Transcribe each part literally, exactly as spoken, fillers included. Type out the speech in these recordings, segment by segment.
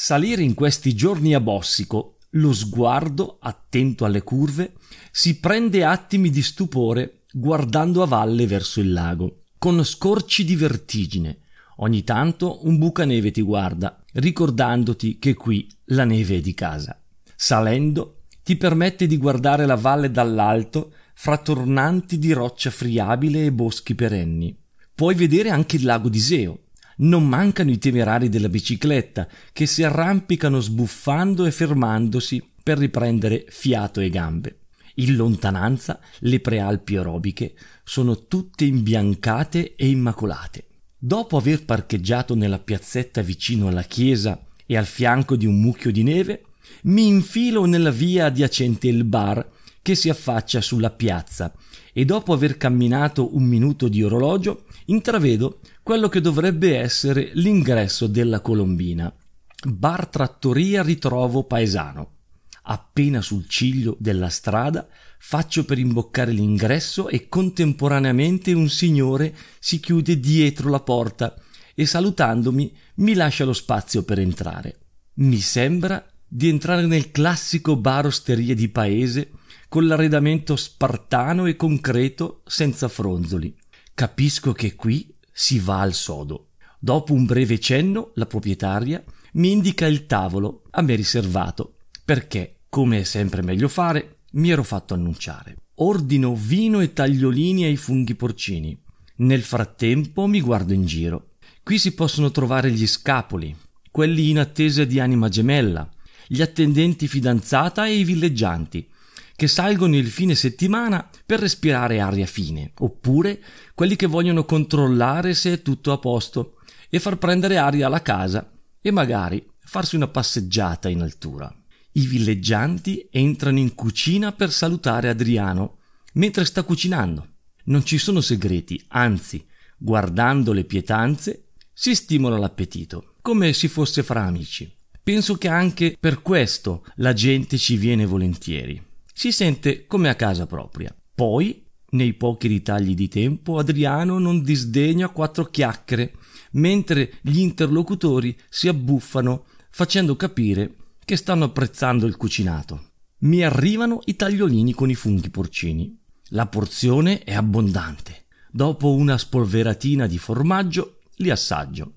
Salire in questi giorni a Bossico, lo sguardo, attento alle curve, si prende attimi di stupore guardando a valle verso il lago, con scorci di vertigine. Ogni tanto un bucaneve ti guarda, ricordandoti che qui la neve è di casa. Salendo ti permette di guardare la valle dall'alto fra tornanti di roccia friabile e boschi perenni. Puoi vedere anche il lago d'Iseo. Non mancano i temerari della bicicletta che si arrampicano sbuffando e fermandosi per riprendere fiato e gambe. In lontananza le prealpi aerobiche sono tutte imbiancate e immacolate. Dopo aver parcheggiato nella piazzetta vicino alla chiesa e al fianco di un mucchio di neve, mi infilo nella via adiacente il bar che si affaccia sulla piazza e dopo aver camminato un minuto di orologio intravedo quello che dovrebbe essere l'ingresso della Colombina. Bar Trattoria Ritrovo Paesano. Appena sul ciglio della strada faccio per imboccare l'ingresso e contemporaneamente un signore si chiude dietro la porta e salutandomi mi lascia lo spazio per entrare. Mi sembra di entrare nel classico bar osteria di paese con l'arredamento spartano e concreto senza fronzoli. Capisco che qui si va al sodo. Dopo un breve cenno la proprietaria mi indica il tavolo a me riservato perché, come è sempre meglio fare, mi ero fatto annunciare. Ordino vino e tagliolini ai funghi porcini. Nel frattempo mi guardo in giro. Qui si possono trovare gli scapoli, quelli in attesa di anima gemella, gli attendenti fidanzata e i villeggianti, che salgono il fine settimana per respirare aria fine, oppure quelli che vogliono controllare se è tutto a posto e far prendere aria alla casa e magari farsi una passeggiata in altura. I villeggianti entrano in cucina per salutare Adriano mentre sta cucinando. Non ci sono segreti, anzi, guardando le pietanze si stimola l'appetito, come si fosse fra amici. Penso che anche per questo la gente ci viene volentieri. Si sente come a casa propria. Poi, nei pochi ritagli di tempo, Adriano non disdegna quattro chiacchiere, mentre gli interlocutori si abbuffano, facendo capire che stanno apprezzando il cucinato. Mi arrivano i tagliolini con i funghi porcini. La porzione è abbondante. Dopo una spolveratina di formaggio, li assaggio.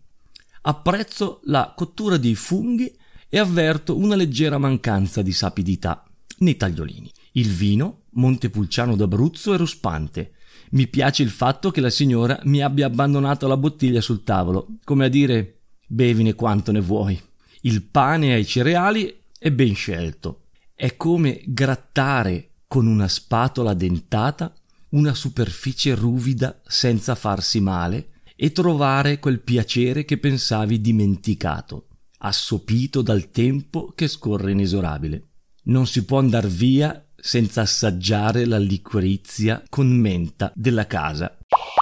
Apprezzo la cottura dei funghi e avverto una leggera mancanza di sapidità nei tagliolini. Il vino, Montepulciano d'Abruzzo, è ruspante. Mi piace il fatto che la signora mi abbia abbandonato la bottiglia sul tavolo, come a dire: bevine quanto ne vuoi. Il pane ai cereali è ben scelto. È come grattare con una spatola dentata una superficie ruvida senza farsi male e trovare quel piacere che pensavi dimenticato, assopito dal tempo che scorre inesorabile. Non si può andar via senza assaggiare la liquirizia con menta della casa.